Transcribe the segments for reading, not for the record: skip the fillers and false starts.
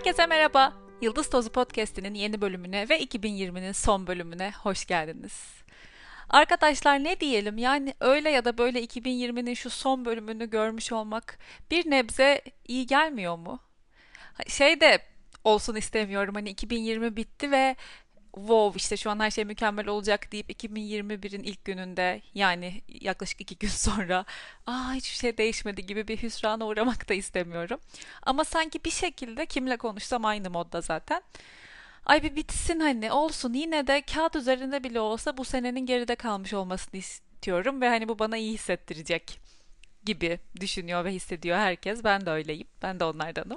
Herkese merhaba. Yıldız Tozu Podcast'inin yeni bölümüne ve 2020'nin son bölümüne hoş geldiniz. Arkadaşlar ne diyelim yani öyle ya da böyle 2020'nin şu son bölümünü görmüş olmak bir nebze iyi gelmiyor mu? Şey de olsun istemiyorum hani 2020 bitti ve wow işte şu an her şey mükemmel olacak deyip 2021'in ilk gününde yani yaklaşık 2 gün sonra hiçbir şey değişmedi gibi bir hüsrana uğramak da istemiyorum. Ama sanki bir şekilde kimle konuşsam aynı modda zaten. Ay bir bitsin hani olsun yine de kağıt üzerinde bile olsa bu senenin geride kalmış olmasını istiyorum ve hani bu bana iyi hissettirecek gibi düşünüyor ve hissediyor herkes. Ben de öyleyim. Ben de onlardanım.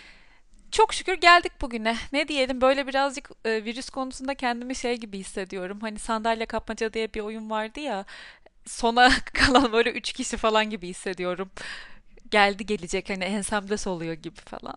Çok şükür geldik bugüne. Ne diyelim böyle birazcık virüs konusunda kendimi şey gibi hissediyorum. Hani sandalye kapmaca diye bir oyun vardı ya. Sona kalan böyle 3 kişi falan gibi hissediyorum. Geldi gelecek hani ensemde soluyor gibi falan.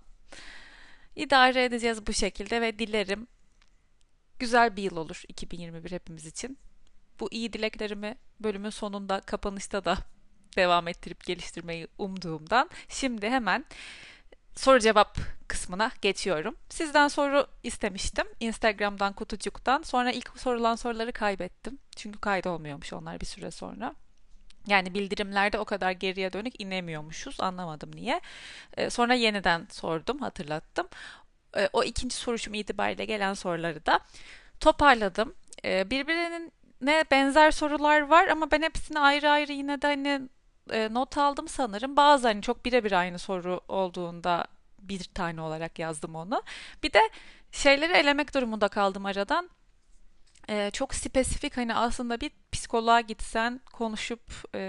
İdare edeceğiz bu şekilde ve dilerim güzel bir yıl olur 2021 hepimiz için. Bu iyi dileklerimi bölümün sonunda kapanışta da devam ettirip geliştirmeyi umduğumdan şimdi hemen soru cevap kısmına geçiyorum. Sizden soru istemiştim. Instagram'dan kutucuktan. Sonra ilk sorulan soruları kaybettim. Çünkü kaydolmuyormuş onlar bir süre sonra. Yani bildirimlerde o kadar geriye dönük inemiyormuşuz. Anlamadım niye. Sonra yeniden sordum, hatırlattım. O ikinci soruşum itibariyle gelen soruları da toparladım. Birbirine benzer sorular var ama ben hepsini ayrı ayrı yine de hani not aldım sanırım. Bazı hani çok birebir aynı soru olduğunda bir tane olarak yazdım onu. Bir de şeyleri elemek durumunda kaldım aradan. Çok spesifik hani aslında bir psikoloğa gitsen konuşup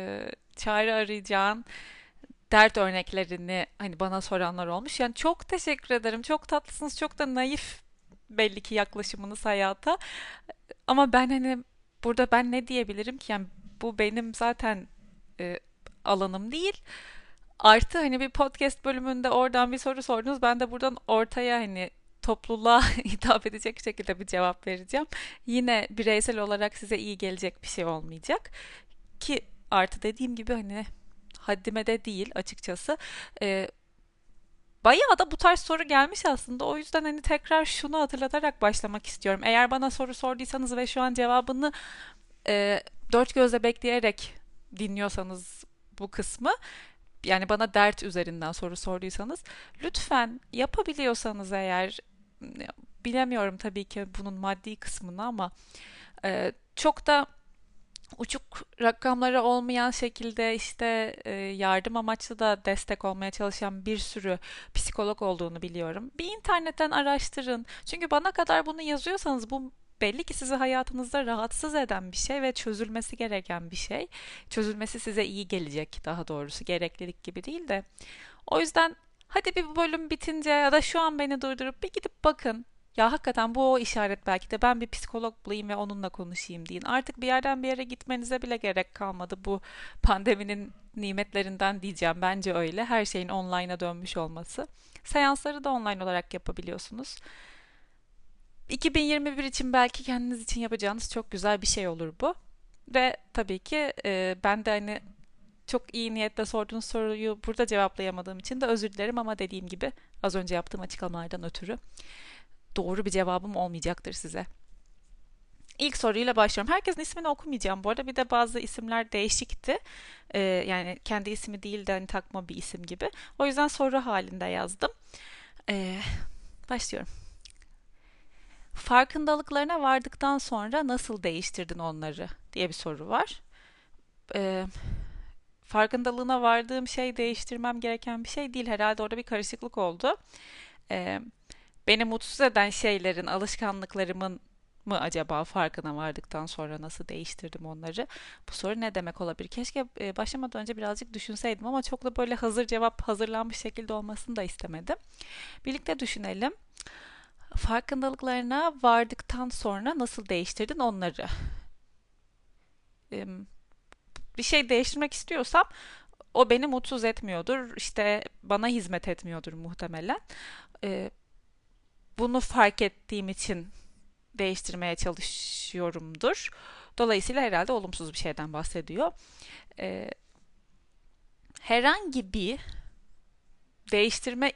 çare arayacağın dert örneklerini hani bana soranlar olmuş. Yani çok teşekkür ederim. Çok tatlısınız. Çok da naif belli ki yaklaşımınız hayata. Ama ben hani burada ben ne diyebilirim ki? Yani bu benim zaten e, alanım değil. Artı hani bir podcast bölümünde oradan bir soru sordunuz. Ben de buradan ortaya hani topluluğa hitap edecek şekilde bir cevap vereceğim. Yine bireysel olarak size iyi gelecek bir şey olmayacak. Ki artı dediğim gibi hani haddime de değil açıkçası. Ee, Bayağı da bu tarz soru gelmiş aslında. O yüzden hani tekrar şunu hatırlatarak başlamak istiyorum. Eğer bana soru sorduysanız ve şu an cevabını dört gözle bekleyerek dinliyorsanız bu kısmı, yani bana dert üzerinden soru sorduysanız, lütfen yapabiliyorsanız eğer, bilemiyorum tabii ki bunun maddi kısmını ama çok da uçuk rakamları olmayan şekilde işte yardım amaçlı da destek olmaya çalışan bir sürü psikolog olduğunu biliyorum. Bir internetten araştırın. Çünkü bana kadar bunu yazıyorsanız bu belli ki sizi hayatınızda rahatsız eden bir şey ve çözülmesi gereken bir şey. Çözülmesi size iyi gelecek, daha doğrusu gereklilik gibi değil de. O yüzden hadi bir bölüm bitince ya da şu an beni durdurup bir gidip bakın. Ya hakikaten bu o işaret, belki de ben bir psikolog bulayım ve onunla konuşayım deyin. Artık bir yerden bir yere gitmenize bile gerek kalmadı bu pandeminin nimetlerinden diyeceğim. Bence öyle. Her şeyin online'a dönmüş olması. Seansları da online olarak yapabiliyorsunuz. 2021 için belki kendiniz için yapacağınız çok güzel bir şey olur bu. Ve tabii ki ben de hani çok iyi niyetle sorduğunuz soruyu burada cevaplayamadığım için de özür dilerim ama dediğim gibi az önce yaptığım açıklamalardan ötürü doğru bir cevabım olmayacaktır size. İlk soruyla başlıyorum. Herkesin ismini okumayacağım bu arada. Bir de bazı isimler değişikti. Yani kendi ismi değil de hani takma bir isim gibi. O yüzden soru halinde yazdım. Ee, Başlıyorum. Farkındalıklarına vardıktan sonra nasıl değiştirdin onları diye bir soru var. Ee, Farkındalığına vardığım şey değiştirmem gereken bir şey değil. Herhalde orada bir karışıklık oldu. Ee, Beni mutsuz eden şeylerin, alışkanlıklarımın mı acaba farkına vardıktan sonra nasıl değiştirdim onları? Bu soru ne demek olabilir? Keşke başlamadan önce birazcık düşünseydim ama çok da böyle hazır cevap hazırlanmış şekilde olmasını da istemedim. Birlikte düşünelim. Farkındalıklarına vardıktan sonra nasıl değiştirdin onları? Bir şey değiştirmek istiyorsam o beni mutsuz etmiyordur, işte bana hizmet etmiyordur muhtemelen. Ee, Bunu fark ettiğim için değiştirmeye çalışıyorumdur. Dolayısıyla herhalde olumsuz bir şeyden bahsediyor. Ee, Herhangi bir değiştirme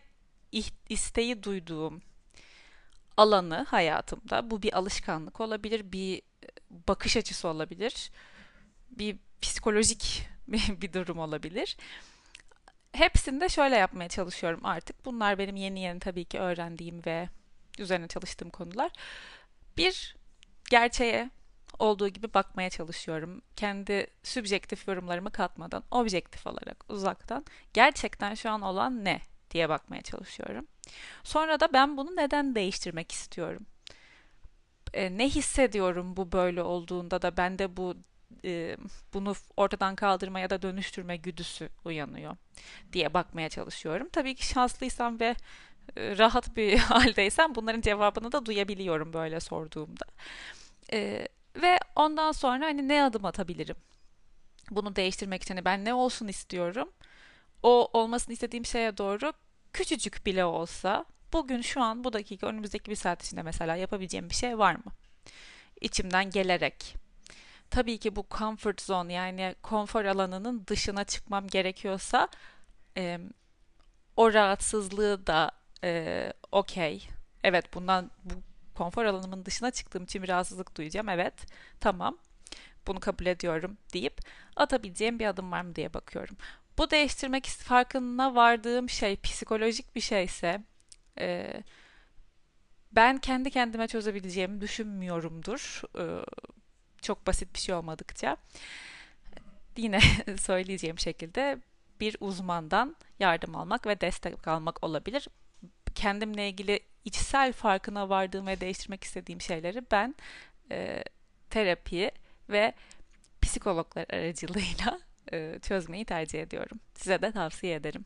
isteği duyduğum alanı hayatımda, bu bir alışkanlık olabilir, bir bakış açısı olabilir, bir psikolojik bir durum olabilir. Hepsini de şöyle yapmaya çalışıyorum artık. Bunlar benim yeni yeni tabii ki öğrendiğim ve üzerine çalıştığım konular. Bir, gerçeğe olduğu gibi bakmaya çalışıyorum. Kendi sübjektif yorumlarımı katmadan, objektif olarak uzaktan gerçekten şu an olan ne diye bakmaya çalışıyorum. Sonra da ben bunu neden değiştirmek istiyorum? Ne hissediyorum bu böyle olduğunda da bende bunu ortadan kaldırma ya da dönüştürme güdüsü uyanıyor diye bakmaya çalışıyorum. Tabii ki şanslıysam ve rahat bir haldeysem bunların cevabını da duyabiliyorum böyle sorduğumda. Ve ondan sonra hani ne adım atabilirim? Bunu değiştirmek için hani ben ne olsun istiyorum? O olmasını istediğim şeye doğru küçücük bile olsa bugün şu an bu dakika önümüzdeki bir saat içinde mesela yapabileceğim bir şey var mı? İçimden gelerek. Tabii ki bu comfort zone yani konfor alanının dışına çıkmam gerekiyorsa e, o rahatsızlığı da okey. Evet bu konfor alanımın dışına çıktığım için bir rahatsızlık duyacağım. Evet tamam bunu kabul ediyorum deyip atabileceğim bir adım var mı diye bakıyorum. Bu değiştirmek farkına vardığım şey psikolojik bir şeyse e, ben kendi kendime çözebileceğimi düşünmüyorumdur. Çok basit bir şey olmadıkça. Yine söyleyeceğim şekilde bir uzmandan yardım almak ve destek almak olabilir. Kendimle ilgili içsel farkına vardığım ve değiştirmek istediğim şeyleri ben e, terapi ve psikologlar aracılığıyla çözmeyi tercih ediyorum. Size de tavsiye ederim.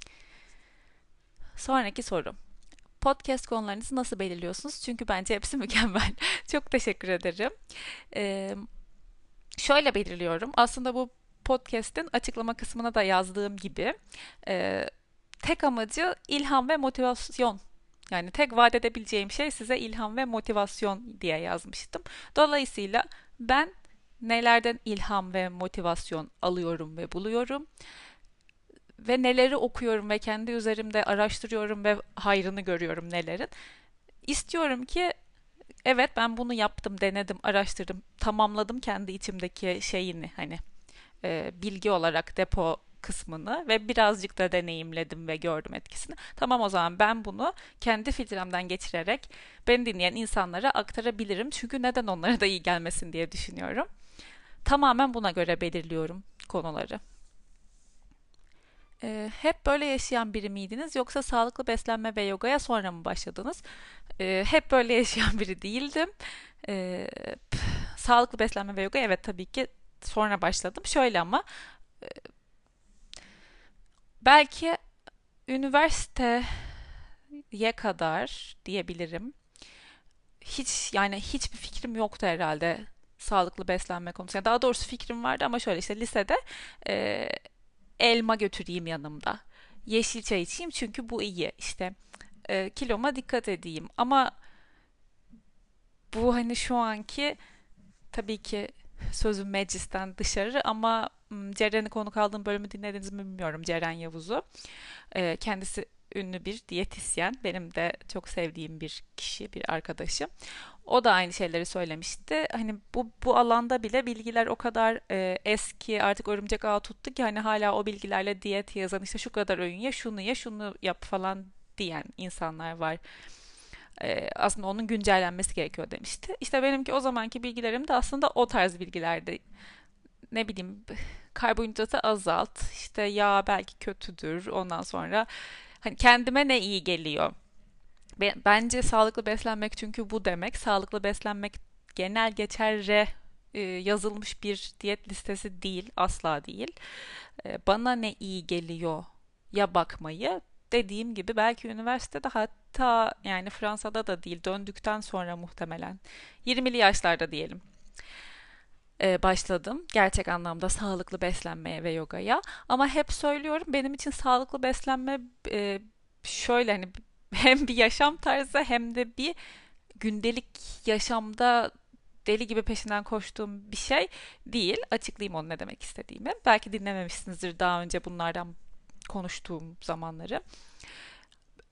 Sonraki soru. Podcast konularınızı nasıl belirliyorsunuz? Çünkü bence hepsi mükemmel. Çok teşekkür ederim. Ee, Şöyle belirliyorum. Aslında bu podcast'in açıklama kısmına da yazdığım gibi e, tek amacı ilham ve motivasyon. Yani tek vaat edebileceğim şey size ilham ve motivasyon diye yazmıştım. Dolayısıyla ben nelerden ilham ve motivasyon alıyorum ve buluyorum ve neleri okuyorum ve kendi üzerimde araştırıyorum ve hayrını görüyorum nelerin. İstiyorum ki evet ben bunu yaptım, denedim, araştırdım, tamamladım kendi içimdeki şeyini hani bilgi olarak depo kısmını ve birazcık da deneyimledim ve gördüm etkisini. Tamam o zaman ben bunu kendi filtremden geçirerek beni dinleyen insanlara aktarabilirim. Çünkü neden onlara da iyi gelmesin diye düşünüyorum. Tamamen buna göre belirliyorum konuları. Hep böyle yaşayan biri miydiniz yoksa sağlıklı beslenme ve yogaya sonra mı başladınız? Hep böyle yaşayan biri değildim. Ee, Sağlıklı beslenme ve yoga evet tabii ki sonra başladım. Şöyle ama belki üniversiteye kadar diyebilirim. Hiç yani hiçbir fikrim yoktu herhalde sağlıklı beslenme konusunda. Daha doğrusu fikrim vardı ama şöyle işte lisede e, elma götüreyim yanımda. Yeşil çay içeyim çünkü bu iyi. İşte kiloma dikkat edeyim. Ama bu hani şu anki tabii ki sözüm meclisten dışarı ama Ceren'i konuk aldığım bölümü dinlediniz mi bilmiyorum. Ceren Yavuz'u. Kendisi ünlü bir diyetisyen. Benim de çok sevdiğim bir kişi, bir arkadaşım. O da aynı şeyleri söylemişti. Hani bu alanda bile bilgiler o kadar eski artık örümcek ağı tuttu ki hani hala o bilgilerle diyet yazan işte şu kadar öğün ye, şunu yap falan diyen insanlar var. Aslında onun güncellenmesi gerekiyor demişti. İşte benimki o zamanki bilgilerim de aslında o tarz bilgilerdi. Ne bileyim karbonhidratı azalt, işte yağ belki kötüdür. Ondan sonra hani kendime ne iyi geliyor? Bence sağlıklı beslenmek çünkü bu demek. Sağlıklı beslenmek genel geçerre yazılmış bir diyet listesi değil, asla değil. Bana ne iyi geliyor ya bakmayı dediğim gibi belki üniversitede hatta yani Fransa'da da değil döndükten sonra muhtemelen 20'li yaşlarda diyelim başladım gerçek anlamda sağlıklı beslenmeye ve yogaya. Ama hep söylüyorum benim için sağlıklı beslenme şöyle hani hem bir yaşam tarzı hem de bir gündelik yaşamda deli gibi peşinden koştuğum bir şey değil. Açıklayayım onu ne demek istediğimi. Belki dinlememişsinizdir daha önce bunlardan konuştuğum zamanları.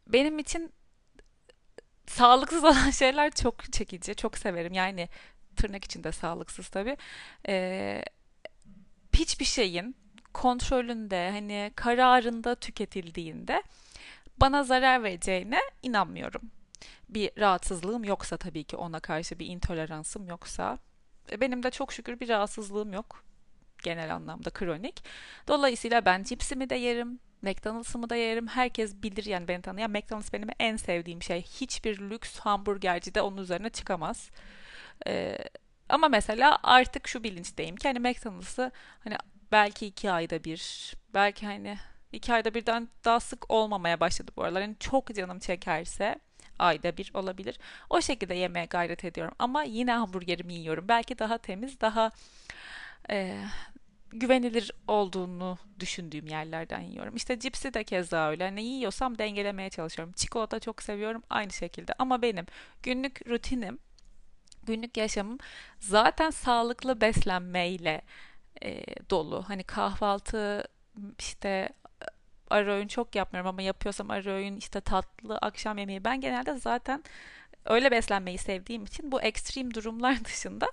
benim için sağlıksız olan şeyler çok çekici. Çok severim. Yani tırnak içinde sağlıksız tabii. Ee, Hiçbir şeyin kontrolünde, hani kararında tüketildiğinde bana zarar vereceğine inanmıyorum. Bir rahatsızlığım yoksa tabii ki, ona karşı bir intoleransım yoksa. Benim de çok şükür bir rahatsızlığım yok. Genel anlamda kronik. Dolayısıyla ben cipsimi de yerim, McDonald's'ımı da yerim. Herkes bilir yani, beni tanıyan. McDonald's benim en sevdiğim şey. Hiçbir lüks hamburgerci de onun üzerine çıkamaz. Ee, Ama mesela artık şu bilinçteyim ki hani McDonald's'ı hani belki 2 ayda bir, belki hani 2 ayda birden daha sık olmamaya başladı bu aralar. Yani çok canım çekerse ayda bir olabilir. O şekilde yemeye gayret ediyorum. Ama yine hamburgerimi yiyorum. Belki daha temiz, daha e, güvenilir olduğunu düşündüğüm yerlerden yiyorum. İşte cipsi de keza öyle. Ne yiyorsam dengelemeye çalışıyorum. Çikolata çok seviyorum aynı şekilde. Ama benim günlük rutinim, günlük yaşamım zaten sağlıklı beslenmeyle dolu. Hani kahvaltı, işte ara öğün çok yapmıyorum ama yapıyorsam ara öğün, işte tatlı, akşam yemeği. Ben genelde zaten öyle beslenmeyi sevdiğim için bu ekstrem durumlar dışında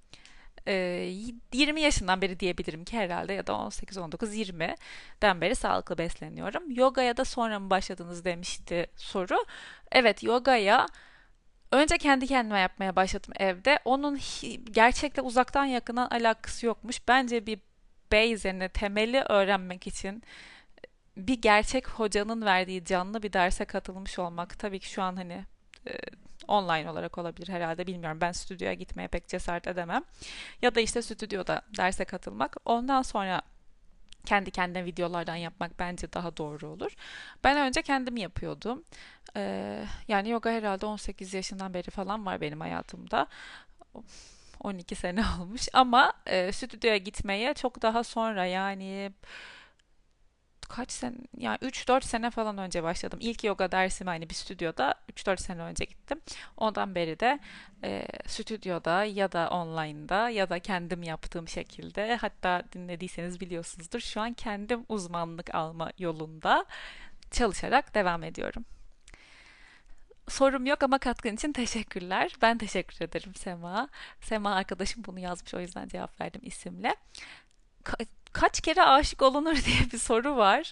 20 yaşından beri diyebilirim ki herhalde, ya da 18, 19, 20'den beri sağlıklı besleniyorum. Yogaya da sonra mı başladınız demişti soru. Evet, yogaya önce kendi kendime yapmaya başladım evde. Onun gerçekle uzaktan yakından alakası yokmuş. Bence bir base'ini, temeli öğrenmek için bir gerçek hocanın verdiği canlı bir derse katılmış olmak. Tabii ki şu an hani e, online olarak olabilir herhalde, bilmiyorum. Ben stüdyoya gitmeye pek cesaret edemem. Ya da işte stüdyoda derse katılmak. Ondan sonra kendi kendine videolardan yapmak bence daha doğru olur. Ben önce kendim yapıyordum. Yani yoga herhalde 18 yaşından beri falan var benim hayatımda. 12 sene olmuş ama stüdyoya gitmeye çok daha sonra, yani kaç sene, yani 3-4 sene falan önce başladım. İlk yoga dersime hani bir stüdyoda 3-4 sene önce gittim. Ondan beri de stüdyoda ya da online'da ya da kendim yaptığım şekilde, hatta dinlediyseniz biliyorsunuzdur, şu an kendim uzmanlık alma yolunda çalışarak devam ediyorum. Sorum yok ama katkın için teşekkürler. Ben teşekkür ederim Sema. Sema arkadaşım bunu yazmış, o yüzden cevap verdim isimle. Kaç kere aşık olunur diye bir soru var.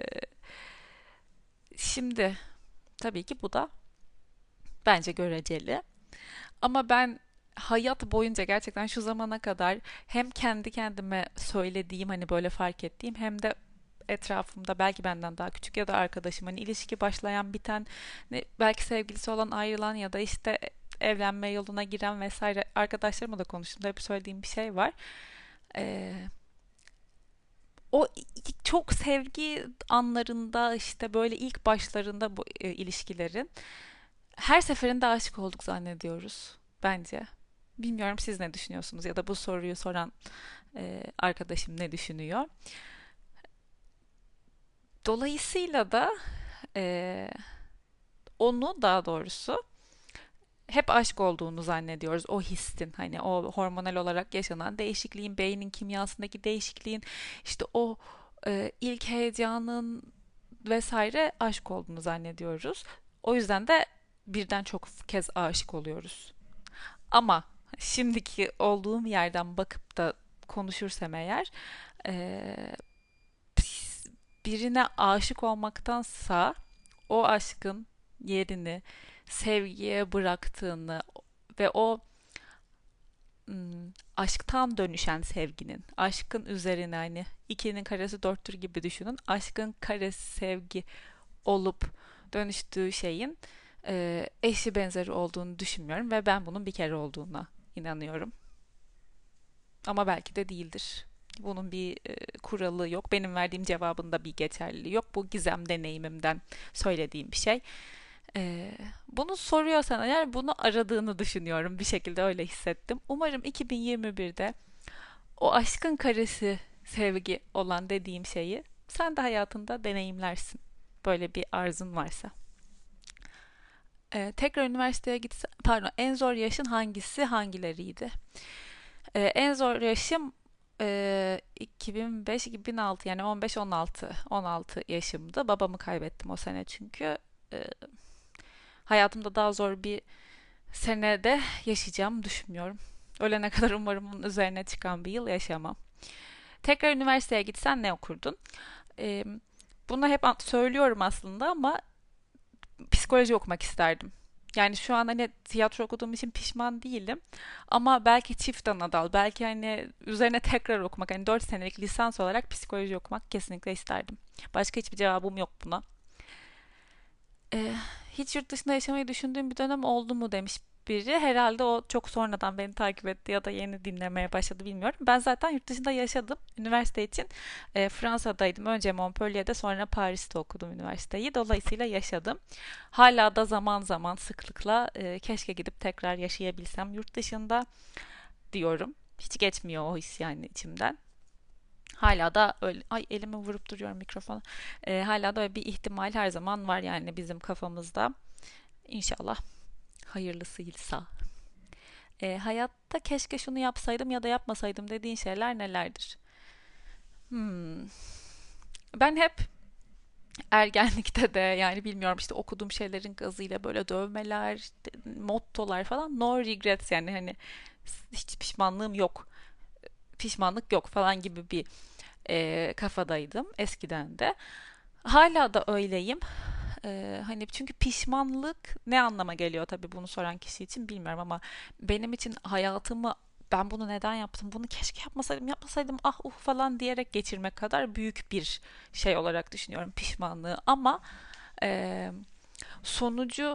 Şimdi tabii ki bu da bence göreceli. Ama ben hayat boyunca gerçekten şu zamana kadar hem kendi kendime söylediğim, hani böyle fark ettiğim, hem de etrafımda belki benden daha küçük ya da arkadaşım, hani ilişki başlayan, biten, belki sevgilisi olan, ayrılan ya da işte evlenme yoluna giren vesaire arkadaşlarımla da konuştum. Hep söylediğim bir şey var. Ee, O çok sevgi anlarında, işte böyle ilk başlarında bu ilişkilerin her seferinde aşık olduk zannediyoruz bence. Bilmiyorum siz ne düşünüyorsunuz ya da bu soruyu soran arkadaşım ne düşünüyor. Dolayısıyla da e, onu, daha doğrusu hep aşk olduğunu zannediyoruz. O hissin, hani o hormonal olarak yaşanan değişikliğin, beynin kimyasındaki değişikliğin, işte o ilk heyecanın vesaire aşk olduğunu zannediyoruz. O yüzden de birden çok kez aşık oluyoruz. Ama şimdiki olduğum yerden bakıp da konuşursam eğer, eee, birine aşık olmaktansa o aşkın yerini sevgiye bıraktığını ve o aşktan dönüşen sevginin, aşkın üzerine, hani 2'nin karesi 4'tür gibi düşünün. Aşkın karesi sevgi olup dönüştüğü şeyin eşi benzeri olduğunu düşünmüyorum ve ben bunun bir kere olduğuna inanıyorum. Ama belki de değildir. Bunun bir kuralı yok. Benim verdiğim cevabın da bir geçerliliği yok. Bu gizem deneyimimden söylediğim bir şey. E, Bunu soruyorsan eğer, bunu aradığını düşünüyorum. Bir şekilde öyle hissettim. Umarım 2021'de o aşkın karesi sevgi olan dediğim şeyi sen de hayatında deneyimlersin. Böyle bir arzun varsa. Tekrar üniversiteye gitse, pardon, en zor yaşın hangisi, hangileriydi? En zor yaşım 2005-2006, yani 15-16 yaşımdı. Babamı kaybettim o sene çünkü. e, hayatımda daha zor bir senede yaşayacağımı düşünmüyorum. Ölene kadar umarım bunun üzerine çıkan bir yıl yaşamam. Tekrar üniversiteye gitsen ne okurdun? Ee, Bunu hep söylüyorum aslında ama psikoloji okumak isterdim. Yani şu an hani tiyatro okuduğum için pişman değilim. Ama belki çift ana dal, belki hani üzerine tekrar okumak, hani 4 senelik lisans olarak psikoloji okumak kesinlikle isterdim. Başka hiçbir cevabım yok buna. Ee, Hiç yurt dışında yaşamayı düşündüğüm bir dönem oldu mu demiş biri. Herhalde o çok sonradan beni takip etti ya da yeni dinlemeye başladı, bilmiyorum. Ben zaten yurt dışında yaşadım. Üniversite için Fransa'daydım. Önce Montpellier'de, sonra Paris'te okudum üniversiteyi. Dolayısıyla yaşadım. Hala da zaman zaman sıklıkla keşke gidip tekrar yaşayabilsem yurt dışında diyorum. Hiç geçmiyor o his yani içimden. Hala da öyle, ay elimi vurup duruyorum mikrofona. Hala da öyle bir ihtimal her zaman var yani bizim kafamızda. İnşallah hayırlısıysa. Hayatta keşke şunu yapsaydım ya da yapmasaydım dediğin şeyler nelerdir? Hmm. Ben hep ergenlikte de, yani bilmiyorum, işte okuduğum şeylerin gazıyla böyle dövmeler, işte mottolar falan, no regrets, yani hani hiç pişmanlığım yok, pişmanlık yok falan gibi bir kafadaydım eskiden de. Hala da öyleyim. Hani çünkü pişmanlık ne anlama geliyor, tabii bunu soran kişi için bilmiyorum ama benim için hayatımı, ben bunu neden yaptım, bunu keşke yapmasaydım, yapmasaydım, ah uh falan diyerek geçirmek kadar büyük bir şey olarak düşünüyorum pişmanlığı. Ama e, sonucu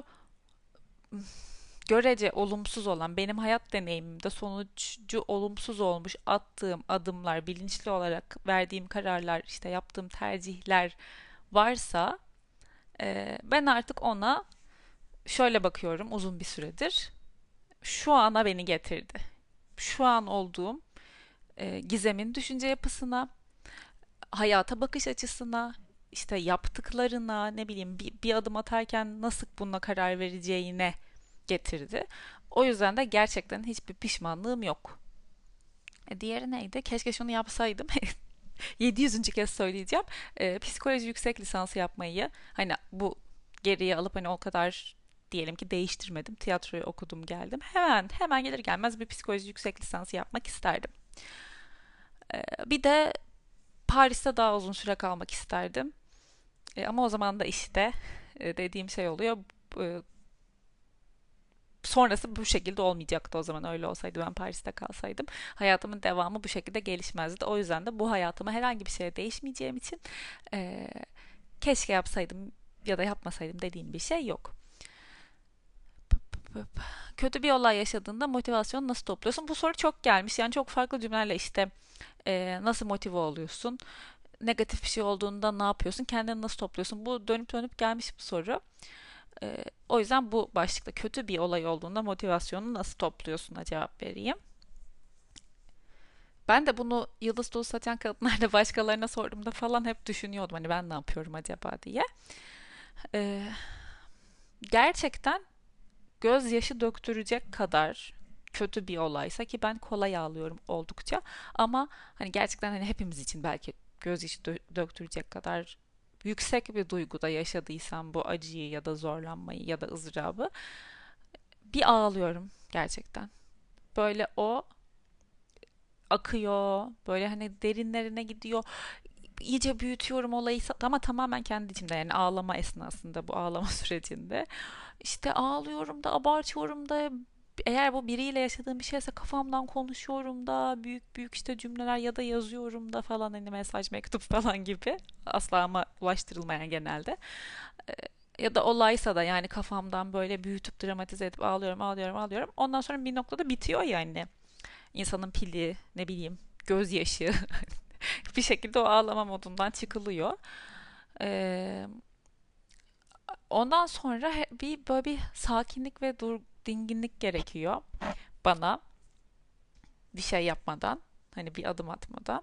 görece olumsuz olan, benim hayat deneyimimde sonucu olumsuz olmuş attığım adımlar, bilinçli olarak verdiğim kararlar, işte yaptığım tercihler varsa ben artık ona şöyle bakıyorum uzun bir süredir. Şu ana beni getirdi. Şu an olduğum gizemin düşünce yapısına, hayata bakış açısına, işte yaptıklarına, ne bileyim bir adım atarken nasıl buna karar vereceğine getirdi. O yüzden de gerçekten hiçbir pişmanlığım yok. Diğeri neydi? Keşke şunu yapsaydım. 700. kez söyleyeceğim. Psikoloji yüksek lisansı yapmayı, hani bu geriye alıp, hani o kadar diyelim ki değiştirmedim. Tiyatroyu okudum geldim. Hemen gelir gelmez bir psikoloji yüksek lisansı yapmak isterdim. Bir de Paris'te daha uzun süre kalmak isterdim. Ama o zaman da işte dediğim şey oluyor. E, Sonrası bu şekilde olmayacaktı o zaman, öyle olsaydı, ben Paris'te kalsaydım. Hayatımın devamı bu şekilde gelişmezdi. O yüzden de bu hayatıma herhangi bir şeye değişmeyeceğim için e, keşke yapsaydım ya da yapmasaydım dediğim bir şey yok. Kötü bir olay yaşadığında motivasyonu nasıl topluyorsun? Bu soru çok gelmiş. Yani çok farklı cümlelerle işte nasıl motive oluyorsun? Negatif bir şey olduğunda ne yapıyorsun? Kendini nasıl topluyorsun? Bu dönüp dönüp gelmiş bir soru. O yüzden bu başlıkta kötü bir olay olduğunda motivasyonu nasıl topluyorsun'a cevap vereyim. Ben de bunu Yıldız Dolu Saçan Kadınlar'da başkalarına sorduğumda falan hep düşünüyordum. Hani ben ne yapıyorum acaba diye. Ee, Gerçekten gözyaşı döktürecek kadar kötü bir olaysa, ki ben kolay ağlıyorum oldukça, ama hani gerçekten hani hepimiz için belki gözyaşı döktürecek kadar yüksek bir duyguda yaşadıysam bu acıyı ya da zorlanmayı ya da ızdırabı, bir ağlıyorum gerçekten. Böyle o akıyor, böyle hani derinlerine gidiyor. İyice büyütüyorum olayı ama tamamen kendi içimde, yani ağlama esnasında, bu ağlama sürecinde. İşte ağlıyorum da, abartıyorum da, eğer bu biriyle yaşadığım bir şeyse kafamdan konuşuyorum da, büyük büyük işte cümleler ya da yazıyorum da falan, hani mesaj, mektup falan gibi, asla ama ulaştırılmayan genelde. Ya da olaysa da yani kafamdan böyle büyütüp dramatize edip ağlıyorum, ağlıyorum, ağlıyorum. Ondan sonra bir noktada bitiyor yani. İnsanın pili, ne bileyim, gözyaşı, bir şekilde o ağlama modundan çıkılıyor. Ee, Ondan sonra bir böyle bir sakinlik ve dinginlik gerekiyor bana, bir şey yapmadan, hani bir adım atmadan.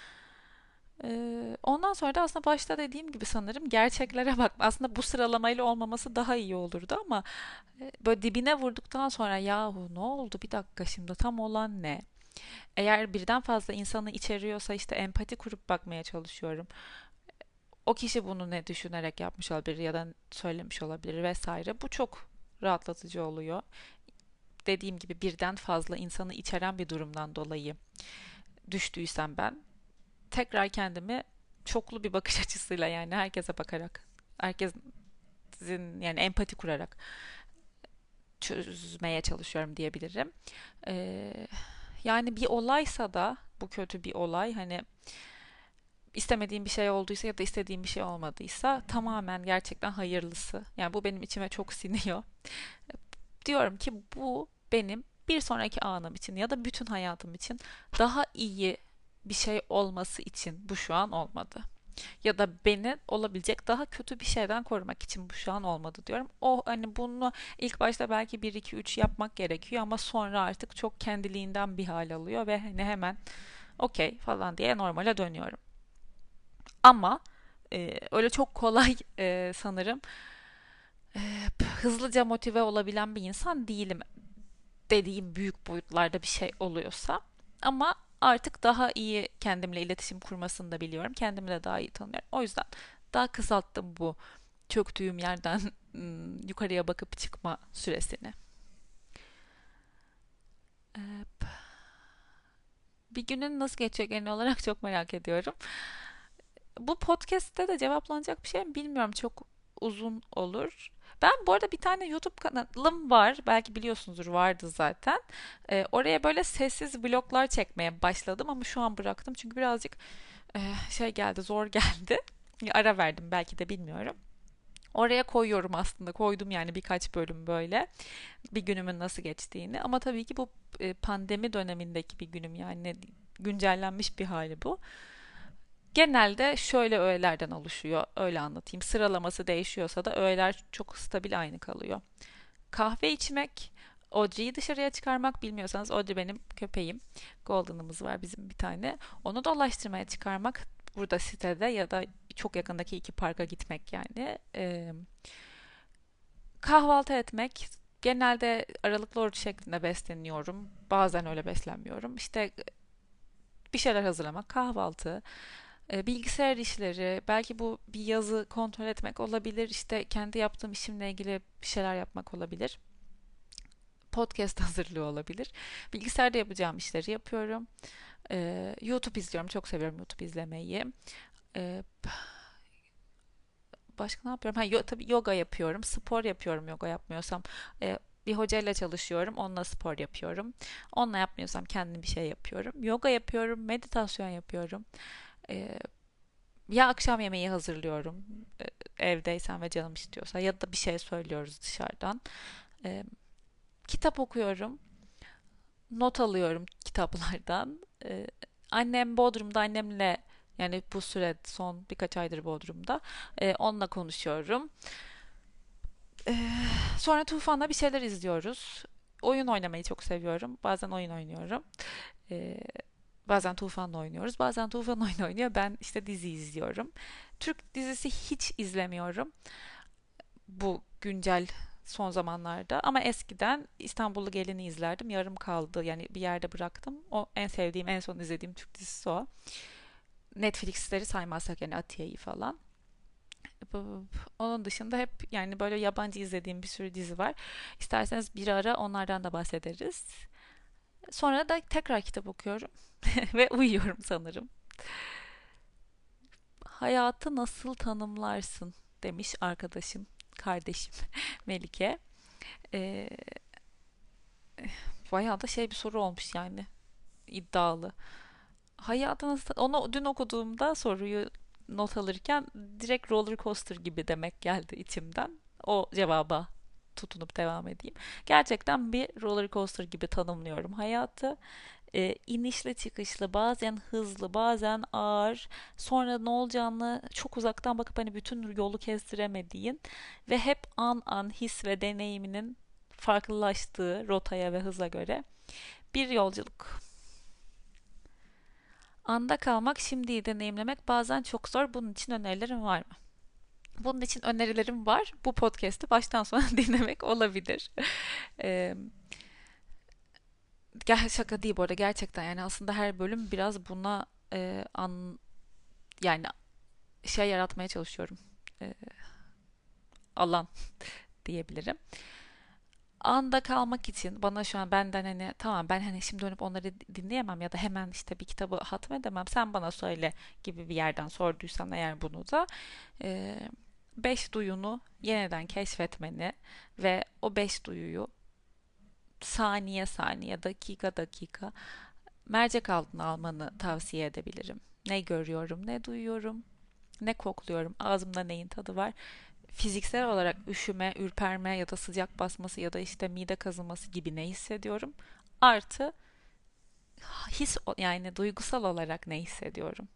Ondan sonra da aslında başta dediğim gibi sanırım gerçeklere bak. Aslında bu sıralamayla olmaması daha iyi olurdu ama böyle dibine vurduktan sonra, yahu ne oldu, bir dakika, şimdi tam olan ne? Eğer birden fazla insanı içeriyorsa işte empati kurup bakmaya çalışıyorum. O kişi bunu ne düşünerek yapmış olabilir ya da söylemiş olabilir vesaire. Bu çok rahatlatıcı oluyor. Dediğim gibi birden fazla insanı içeren bir durumdan dolayı düştüysem ben tekrar kendimi çoklu bir bakış açısıyla, yani herkese bakarak, herkesin, yani empati kurarak çözmeye çalışıyorum diyebilirim. Ee, Yani bir olaysa da, bu kötü bir olay, hani istemediğim bir şey olduysa ya da istediğim bir şey olmadıysa, tamamen gerçekten hayırlısı. Yani bu benim içime çok siniyor. Diyorum ki bu benim bir sonraki anım için ya da bütün hayatım için daha iyi bir şey olması için bu şu an olmadı. Ya da beni olabilecek daha kötü bir şeyden korumak için bu şu an olmadı diyorum. O hani bunu ilk başta belki bir 2 3 yapmak gerekiyor ama sonra artık çok kendiliğinden bir hal alıyor ve hani hemen okey falan diye normale dönüyorum. Ama öyle çok kolay sanırım hızlıca motive olabilen bir insan değilim, dediğim büyük boyutlarda bir şey oluyorsa. Ama artık daha iyi kendimle iletişim kurmasını da biliyorum. Kendimi de daha iyi tanıyorum. O yüzden daha kısalttım bu çöktüğüm yerden yukarıya bakıp çıkma süresini. Ee, Bir günün nasıl geçecek genel olarak çok merak ediyorum. Bu podcast'te de cevaplanacak bir şey mi bilmiyorum. Çok uzun olur. Ben bu arada bir tane YouTube kanalım var. Belki biliyorsunuzdur, vardı zaten. Oraya böyle sessiz vloglar çekmeye başladım ama şu an bıraktım. Çünkü birazcık şey geldi, zor geldi. Ara verdim belki de, bilmiyorum. Oraya koyuyorum aslında. Koydum yani birkaç bölüm böyle. Bir günümün nasıl geçtiğini. Ama tabii ki bu pandemi dönemindeki bir günüm, yani güncellenmiş bir hali bu. Genelde şöyle öğelerden oluşuyor. Öyle anlatayım. Sıralaması değişiyorsa da öğeler çok stabil, aynı kalıyor. Kahve içmek, Audrey'i dışarıya çıkarmak, bilmiyorsanız Audrey benim köpeğim. Golden'ımız var bizim bir tane. Onu dolaştırmaya çıkarmak burada sitede ya da çok yakındaki iki parka gitmek yani. Kahvaltı etmek. Genelde aralıklı oruç şeklinde besleniyorum. Bazen öyle beslenmiyorum. İşte bir şeyler hazırlamak, kahvaltı, bilgisayar işleri, belki bu bir yazı kontrol etmek olabilir, işte kendi yaptığım işimle ilgili bir şeyler yapmak olabilir, podcast hazırlığı olabilir. Bilgisayarda yapacağım işleri yapıyorum. YouTube izliyorum, çok seviyorum YouTube izlemeyi. Ee, Başka ne yapıyorum? Tabii yoga yapıyorum, spor yapıyorum yoga yapmıyorsam. Bir hocayla çalışıyorum, onunla spor yapıyorum. Onunla yapmıyorsam kendim bir şey yapıyorum. Yoga yapıyorum, meditasyon yapıyorum. Ee, Ya akşam yemeği hazırlıyorum, evdeysem ve canım istiyorsa, ya da bir şey söylüyoruz dışarıdan. E, Kitap okuyorum, not alıyorum kitaplardan. Annem Bodrum'da, annemle, yani bu süre son birkaç aydır Bodrum'da. Onunla konuşuyorum. E, Sonra Tufan'la bir şeyler izliyoruz. Oyun oynamayı çok seviyorum. Bazen oyun oynuyorum. E, Bazen Tufan'la oynuyoruz. Bazen Tufan oyun oynuyor. Ben işte dizi izliyorum. Türk dizisi hiç izlemiyorum bu güncel son zamanlarda. Ama eskiden İstanbullu Gelin'i izlerdim. Yarım kaldı. Yani bir yerde bıraktım. O en sevdiğim, en son izlediğim Türk dizisi o. Netflix'leri saymazsak, yani Atiye'yi falan. Onun dışında hep yani böyle yabancı izlediğim bir sürü dizi var. İsterseniz bir ara onlardan da bahsederiz. Sonra da tekrar kitap okuyorum ve uyuyorum sanırım. Hayatı nasıl tanımlarsın demiş arkadaşım, kardeşim Melike. Ee, Bayağı da şey bir soru olmuş yani, iddialı. Hayatı nasıl, onu dün okuduğumda soruyu not alırken direkt roller coaster gibi demek geldi içimden. O cevaba tutunup devam edeyim. Gerçekten bir roller coaster gibi tanımlıyorum hayatı. İnişli çıkışlı, bazen hızlı, bazen ağır. Sonra ne olacağını çok uzaktan bakıp hani bütün yolu kestiremediğin ve hep an an his ve deneyiminin farklılaştığı rotaya ve hıza göre bir yolculuk. Anda kalmak, şimdiyi deneyimlemek bazen çok zor. Bunun için önerilerim var mı? Bunun için önerilerim var. Bu podcast'i baştan sona dinlemek olabilir. Ee, Şaka değil bu arada, gerçekten yani aslında her bölüm biraz buna yani şey yaratmaya çalışıyorum. E, Alan diyebilirim. Anda kalmak için bana şu an benden hani tamam ben hani şimdi dönüp onları dinleyemem ya da hemen işte bir kitabı hatmedemem sen bana söyle gibi bir yerden sorduysan eğer bunu da e, beş duyunu yeniden keşfetmeni ve o beş duyuyu saniye saniye dakika dakika mercek altına almanı tavsiye edebilirim. Ne görüyorum, ne duyuyorum, ne kokluyorum, ağzımda neyin tadı var. Fiziksel olarak üşüme, ürperme ya da sıcak basması ya da işte mide kazınması gibi ne hissediyorum. Artı yani duygusal olarak ne hissediyorum.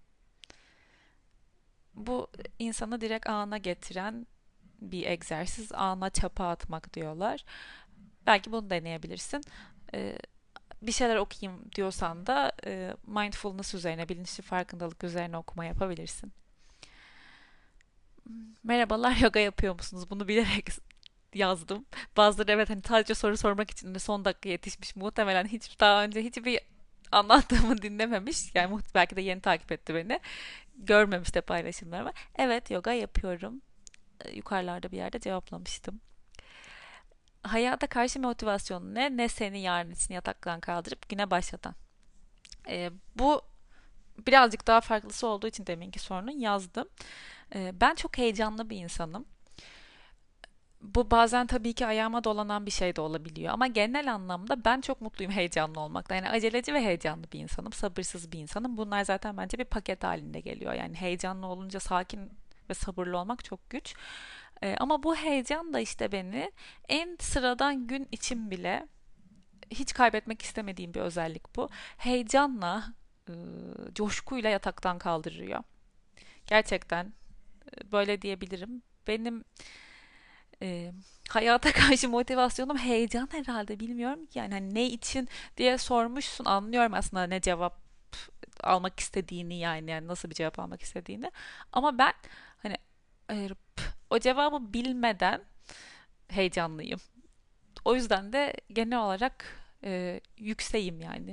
Bu insanı direkt ana getiren bir egzersiz. Ana çapa atmak diyorlar. Belki bunu deneyebilirsin. Ee, Bir şeyler okuyayım diyorsan da mindfulness üzerine, bilinçli farkındalık üzerine okuma yapabilirsin. Merhabalar, yoga yapıyor musunuz? Bunu bilerek yazdım. Bazıları evet hani sadece soru sormak için de son dakika yetişmiş. Muhtemelen hiç daha önce hiçbir anlattığımı dinlememiş. Yani belki de yeni takip etti beni. Görmemiş de paylaşımlarımı. Evet yoga yapıyorum. Yukarılarda bir yerde cevaplamıştım. Hayata karşı motivasyonun ne? Ne seni yarın için yataktan kaldırıp güne başlatan. Bu birazcık daha farklısı olduğu için deminki sorunun yazdım. Ben çok heyecanlı bir insanım. Bu bazen tabii ki ayağıma dolanan bir şey de olabiliyor. Ama genel anlamda ben çok mutluyum heyecanlı olmakta. Yani aceleci ve heyecanlı bir insanım, sabırsız bir insanım. Bunlar zaten bence bir paket halinde geliyor. Yani heyecanlı olunca sakin ve sabırlı olmak çok güç. Ama bu heyecan da işte beni en sıradan gün için bile hiç kaybetmek istemediğim bir özellik bu. Heyecanla, e, coşkuyla yataktan kaldırıyor. Gerçekten böyle diyebilirim. Benim e, hayata karşı motivasyonum heyecan herhalde bilmiyorum ki yani hani ne için diye sormuşsun anlıyorum aslında ne cevap almak istediğini yani nasıl bir cevap almak istediğini ama ben hani o cevabı bilmeden heyecanlıyım. O yüzden de genel olarak yükseğim yani.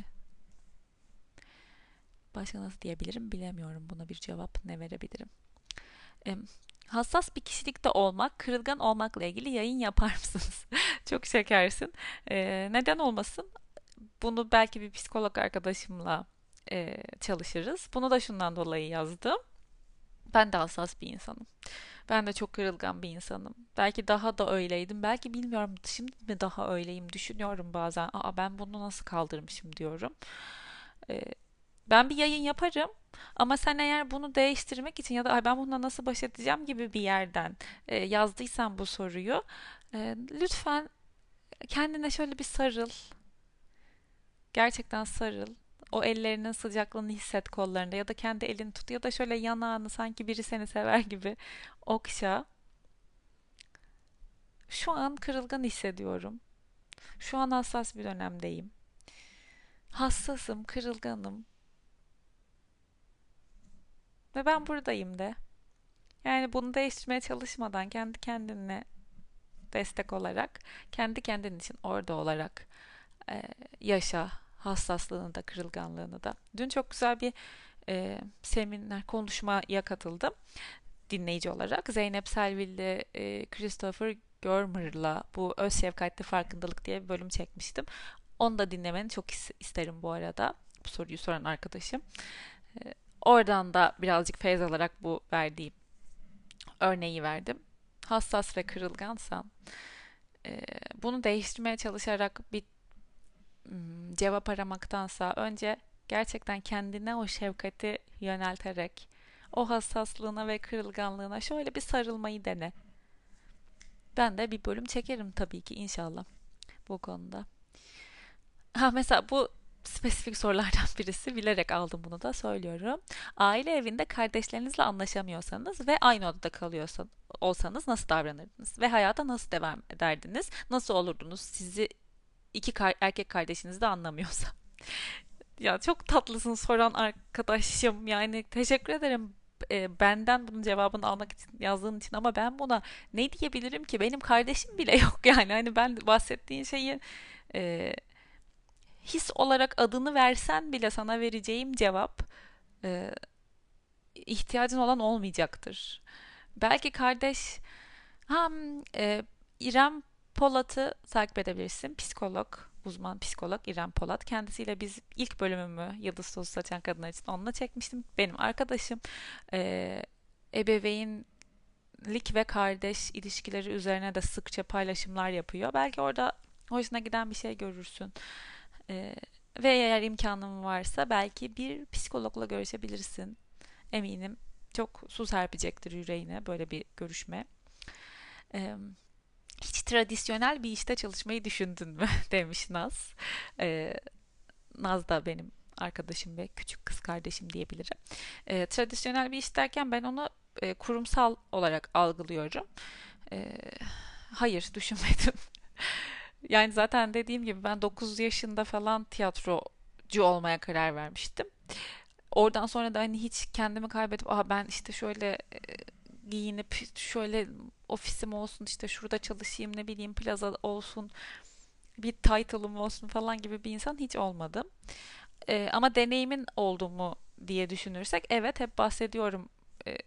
Başka nasıl diyebilirim bilemiyorum buna bir cevap ne verebilirim. E, Hassas bir kişilikte olmak, kırılgan olmakla ilgili yayın yapar mısınız? Çok şekersin. Neden olmasın? Bunu belki bir psikolog arkadaşımla çalışırız. Bunu da şundan dolayı yazdım. Ben de hassas bir insanım. Ben de çok kırılgan bir insanım. Belki daha da öyleydim. Belki bilmiyorum şimdi mi daha öyleyim düşünüyorum bazen. Aa ben bunu nasıl kaldırmışım diyorum. Ee, Ben bir yayın yaparım ama sen eğer bunu değiştirmek için ya da ay ben bununla nasıl baş edeceğim gibi bir yerden yazdıysan bu soruyu lütfen kendine şöyle bir sarıl. Gerçekten sarıl. O ellerinin sıcaklığını hisset kollarında ya da kendi elini tut ya da şöyle yanağını sanki biri seni sever gibi okşa. Şu an kırılgan hissediyorum. Şu an hassas bir dönemdeyim. Hassasım, kırılganım ve ben buradayım de. Yani bunu değiştirmeye çalışmadan kendi kendine destek olarak, kendi kendin için orada olarak e, yaşa hassaslığını da kırılganlığını da. Dün çok güzel bir seminer konuşmaya katıldım dinleyici olarak. Zeynep Selvi'yle Christopher Görmer'la bu Öz Şefkatli Farkındalık diye bir bölüm çekmiştim. Onu da dinlemeni çok isterim bu arada. Bu soruyu soran arkadaşım. Oradan da birazcık feyz alarak bu verdiğim örneği verdim. Hassas ve kırılgansan bunu değiştirmeye çalışarak bir cevap aramaktansa önce gerçekten kendine o şefkati yönelterek o hassaslığına ve kırılganlığına şöyle bir sarılmayı dene. Ben de bir bölüm çekerim tabii ki inşallah bu konuda. Ha mesela bu spesifik sorulardan birisi bilerek aldım bunu da söylüyorum. Aile evinde kardeşlerinizle anlaşamıyorsanız ve aynı odada olsanız nasıl davranırdınız ve hayata nasıl devam ederdiniz? Nasıl olurdunuz sizi erkek kardeşiniz de anlamıyorsa? Ya çok tatlısın soran arkadaşım. Yani teşekkür ederim benden bunun cevabını almak için yazdığın için ama ben buna ne diyebilirim ki? Benim kardeşim bile yok yani. Hani ben bahsettiğin şeyi e, his olarak adını versen bile sana vereceğim cevap e, ihtiyacın olan olmayacaktır. Belki kardeş, ha, İrem Polat'ı takip edebilirsin. Psikolog, uzman psikolog İrem Polat. Kendisiyle biz ilk bölümümü Yıldız Tozu Saçan Kadınlar için onunla çekmiştim. Benim arkadaşım. E, Ebeveynlik ve kardeş ilişkileri üzerine de sıkça paylaşımlar yapıyor. Belki orada hoşuna giden bir şey görürsün. E, Ve eğer imkanın varsa belki bir psikologla görüşebilirsin. Eminim çok su serpecektir yüreğine böyle bir görüşme. E, Hiç tradisyonel bir işte çalışmayı düşündün mü demiş Naz. E, Naz da benim arkadaşım ve küçük kız kardeşim diyebilirim. Tradisyonel bir iş derken ben onu kurumsal olarak algılıyorum. E, hayır düşünmedim. Yani zaten dediğim gibi ben 9 yaşında falan tiyatrocu olmaya karar vermiştim. Oradan sonra da hani hiç kendimi kaybedip ben işte şöyle giyinip şöyle ofisim olsun, işte şurada çalışayım, ne bileyim plaza olsun, bir title'ım olsun falan gibi bir insan hiç olmadım. Ama deneyimin oldu mu diye düşünürsek evet, hep bahsediyorum. E,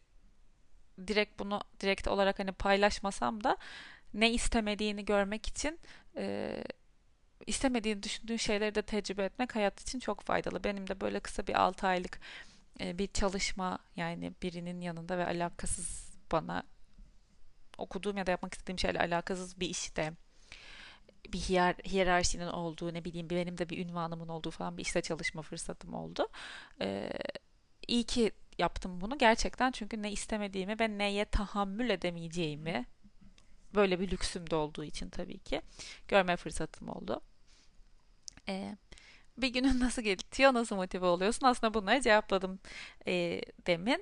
direkt olarak hani paylaşmasam da ne istemediğini görmek için, e, istemediğini düşündüğün şeyleri de tecrübe etmek hayat için çok faydalı. Benim de böyle kısa bir 6 aylık bir çalışma, yani birinin yanında ve alakasız, bana okuduğum ya da yapmak istediğim şeyle alakasız bir işte, bir hiyerarşinin olduğu, ne bileyim benim de bir ünvanımın olduğu falan bir işte çalışma fırsatım oldu. Ee, iyi ki yaptım bunu gerçekten, çünkü ne istemediğimi ve neye tahammül edemeyeceğimi, böyle bir lüksüm de olduğu için tabii ki, görme fırsatım oldu. Ee, Bir günün nasıl geçiyor, nasıl motive oluyorsun? Aslında bunları cevapladım demin.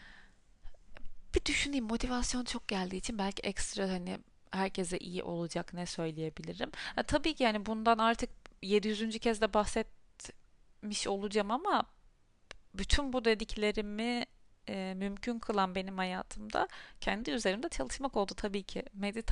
Bir düşüneyim, motivasyon çok geldiği için belki ekstra hani herkese iyi olacak ne söyleyebilirim? Tabii ki yani bundan artık 700. kez de bahsetmiş olacağım ama bütün bu dediklerimi mümkün kılan benim hayatımda kendi üzerimde çalışmak oldu tabii ki.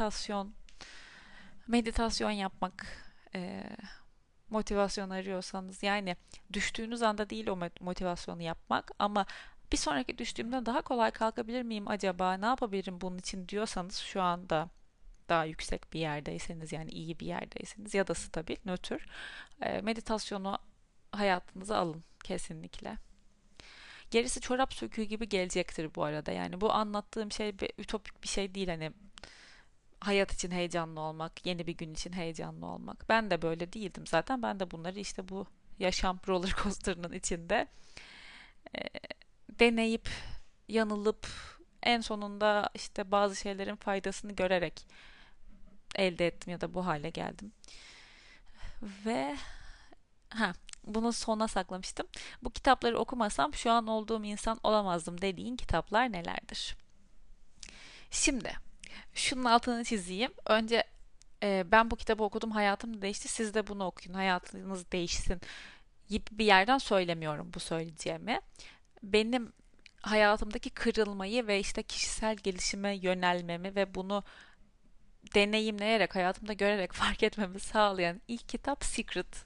Meditasyon yapmak, e, motivasyon arıyorsanız, yani düştüğünüz anda değil o motivasyonu yapmak, ama bir sonraki düştüğümde daha kolay kalkabilir miyim acaba, ne yapabilirim bunun için diyorsanız, şu anda daha yüksek bir yerdeyseniz, yani iyi bir yerdeyseniz ya da stabil, nötr, meditasyonu hayatınıza alın kesinlikle. Gerisi çorap söküğü gibi gelecektir bu arada. Yani bu anlattığım şey bir ütopik bir şey değil, hani hayat için heyecanlı olmak, yeni bir gün için heyecanlı olmak. Ben de böyle değildim zaten. Ben de bunları işte bu yaşam roller coaster'ının içinde e, deneyip, yanılıp, en sonunda işte bazı şeylerin faydasını görerek elde ettim ya da bu hale geldim. Ve ha, bunu sona saklamıştım. Bu kitapları okumasam şu an olduğum insan olamazdım dediğin kitaplar nelerdir? Şimdi şunun altını çizeyim. Önce ben bu kitabı okudum, hayatım değişti. Siz de bunu okuyun, hayatınız değişsin gibi bir yerden söylemiyorum bu söyleyeceğimi. Benim hayatımdaki kırılmayı ve işte kişisel gelişime yönelmemi ve bunu deneyimleyerek, hayatımda görerek fark etmemi sağlayan ilk kitap Secret.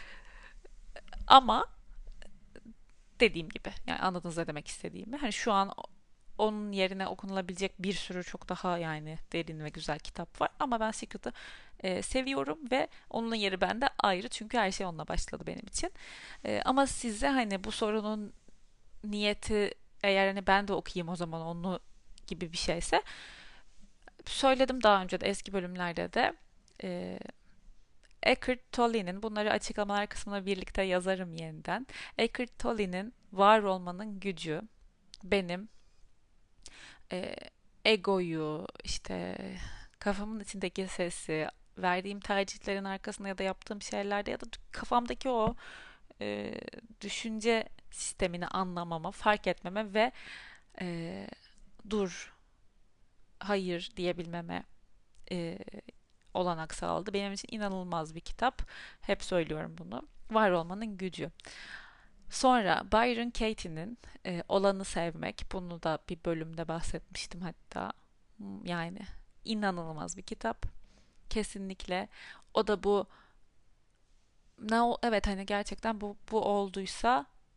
Ama dediğim gibi, yani anladınız ne demek istediğimi. Hani şu an onun yerine okunulabilecek bir sürü çok daha yani derin ve güzel kitap var. Ama ben Secret'ı seviyorum ve onun yeri bende ayrı. Çünkü her şey onunla başladı benim için. Ama size hani bu sorunun niyeti, eğer hani ben de okuyayım o zaman onu gibi bir şeyse, söyledim daha önce de eski bölümlerde de, e, Eckhart Tolle'nin, bunları açıklamalar kısmına birlikte yazarım yeniden. Eckhart Tolle'nin Var Olmanın Gücü benim e, egoyu, işte kafamın içindeki sesi, verdiğim tercihlerin arkasında ya da yaptığım şeylerde ya da kafamdaki o e, düşünce sistemini anlamama, fark etmeme ve e, dur, hayır diyebilmeme e, olanak sağladı. Benim için inanılmaz bir kitap. Hep söylüyorum bunu. Var olmanın gücü. Sonra Byron Katie'nin Olanı Sevmek. Bunu da bir bölümde bahsetmiştim hatta. Yani inanılmaz bir kitap. Kesinlikle. O da bu, evet hani gerçekten bu olduysa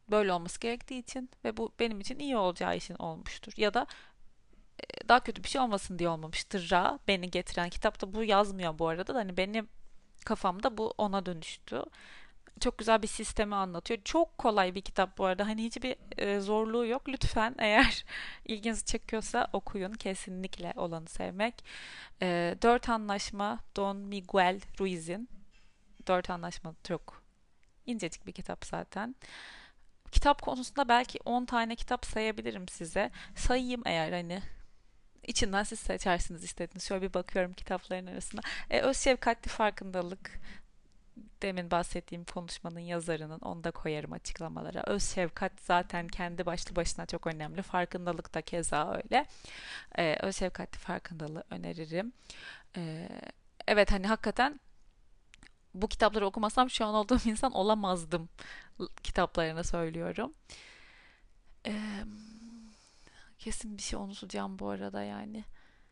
böyle olması gerektiği için ve bu benim için iyi olacağı için olmuştur. Ya da daha kötü bir şey olmasın diye olmamıştır. Beni getiren kitapta bu yazmıyor bu arada da hani benim kafamda bu ona dönüştü. Çok güzel bir sistemi anlatıyor. Çok kolay bir kitap bu arada. Hani hiçbir zorluğu yok. Lütfen eğer ilginizi çekiyorsa okuyun. Kesinlikle Olanı Sevmek. Dört Anlaşma Don Miguel Ruiz'in. Dört Anlaşma çok incecik bir kitap zaten. Kitap konusunda belki 10 tane kitap sayabilirim size. Sayayım eğer hani içinden siz seçersiniz istediğiniz. Şöyle bir bakıyorum kitapların arasında. Öz Şefkatli Farkındalık, demin bahsettiğim konuşmanın yazarının, onu da koyarım açıklamalara. Öz şefkat zaten kendi başlı başına çok önemli. Farkındalık da keza öyle. Öz şefkatli farkındalığı öneririm. Ee, evet hani hakikaten bu kitapları okumasam şu an olduğum insan olamazdım kitaplarını söylüyorum. Ee, kesin bir şey unutacağım bu arada yani.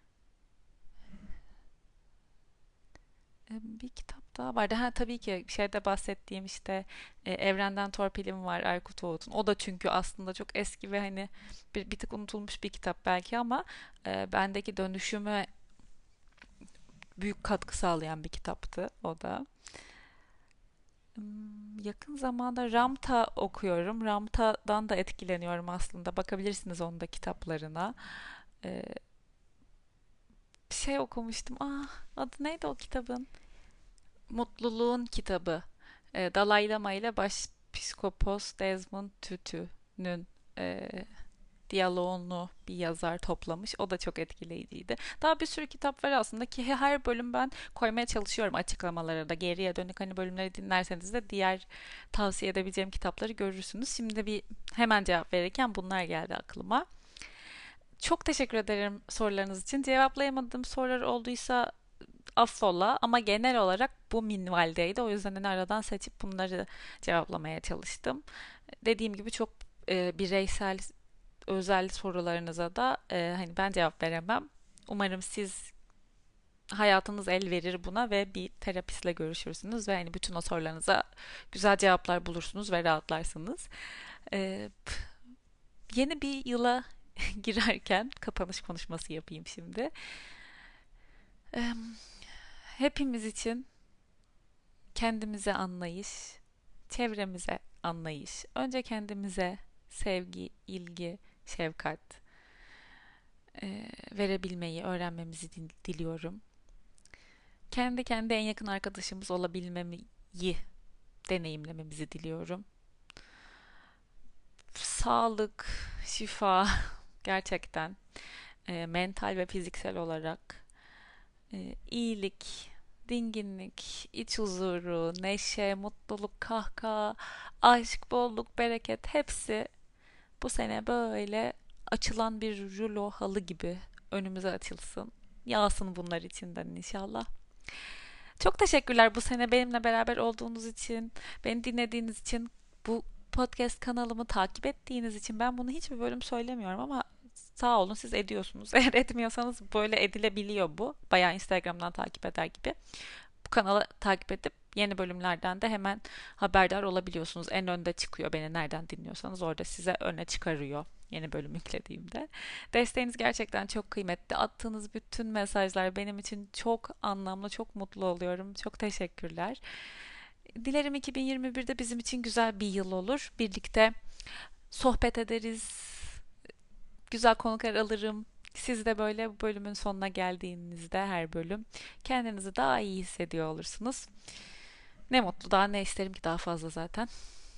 Bir kitap daha vardı. Ha tabii ki şeyde bahsettiğim işte Evrenden Torpilim var Aykut Oğut'un. O da çünkü aslında çok eski ve hani bir tık unutulmuş bir kitap belki ama bendeki dönüşüme büyük katkı sağlayan bir kitaptı o da. Yakın zamanda Ramta okuyorum. Ramta'dan da etkileniyorum aslında. Bakabilirsiniz onun da kitaplarına. E, bir şey okumuştum. Adı neydi o kitabın? Mutluluğun Kitabı. Dalai Lama ile Başpiskopos Desmond Tutu'nun e, diyaloğunu bir yazar toplamış. O da çok etkileyiciydi. Daha bir sürü kitap var aslında ki her bölüm ben koymaya çalışıyorum açıklamalara da. Geriye dönük hani bölümleri dinlerseniz de diğer tavsiye edebileceğim kitapları görürsünüz. Şimdi bir hemen cevap verirken bunlar geldi aklıma. Çok teşekkür ederim sorularınız için. Cevaplayamadığım sorular olduysa affola ama genel olarak bu minvaldeydi. O yüzden hani aradan seçip bunları cevaplamaya çalıştım. Dediğim gibi çok bireysel, özel sorularınıza da hani ben cevap veremem. Umarım siz hayatınız el verir buna ve bir terapistle görüşürsünüz ve hani bütün o sorularınıza güzel cevaplar bulursunuz ve rahatlarsınız. E, yeni bir yıla girerken kapanış konuşması yapayım şimdi. E, hepimiz için kendimize anlayış, çevremize anlayış, önce kendimize sevgi, ilgi, şefkat verebilmeyi öğrenmemizi diliyorum. Kendi en yakın arkadaşımız olabilmeyi deneyimlememizi diliyorum. Sağlık, şifa gerçekten mental ve fiziksel olarak iyilik, dinginlik, iç huzuru, neşe, mutluluk, kahkaha, aşk, bolluk, bereket hepsi bu sene böyle açılan bir rulo halı gibi önümüze açılsın. Yağsın bunlar içinden inşallah. Çok teşekkürler bu sene benimle beraber olduğunuz için, beni dinlediğiniz için, bu podcast kanalımı takip ettiğiniz için. Ben bunu hiçbir bölüm söylemiyorum ama sağ olun siz ediyorsunuz. Eğer etmiyorsanız böyle edilebiliyor bu. Bayağı Instagram'dan takip eder gibi. Bu kanalı takip edip yeni bölümlerden de hemen haberdar olabiliyorsunuz. En önde çıkıyor beni nereden dinliyorsanız orada size öne çıkarıyor yeni bölüm yüklediğimde. Desteğiniz gerçekten çok kıymetli. Attığınız bütün mesajlar benim için çok anlamlı, çok mutlu oluyorum. Çok teşekkürler. Dilerim 2021'de bizim için güzel bir yıl olur. Birlikte sohbet ederiz, güzel konuklar alırım. Siz de böyle bu bölümün sonuna geldiğinizde her bölüm kendinizi daha iyi hissediyor olursunuz. Ne mutlu, daha ne isterim ki daha fazla zaten.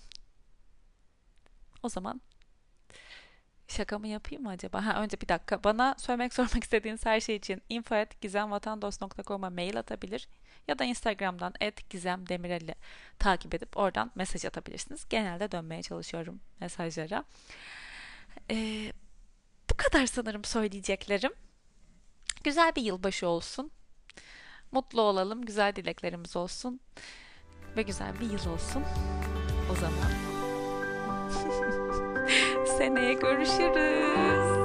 O zaman şaka mı yapayım mı acaba? Önce bir dakika. Bana sormak istediğiniz her şey için info@gizemvatandos.com'a mail atabilir ya da Instagram'dan @gizemdemirel'i takip edip oradan mesaj atabilirsiniz. Genelde dönmeye çalışıyorum mesajlara. Ee, bu kadar sanırım söyleyeceklerim. Güzel bir yılbaşı olsun. Mutlu olalım, güzel dileklerimiz olsun ve güzel bir yıl olsun. O zaman seneye görüşürüz.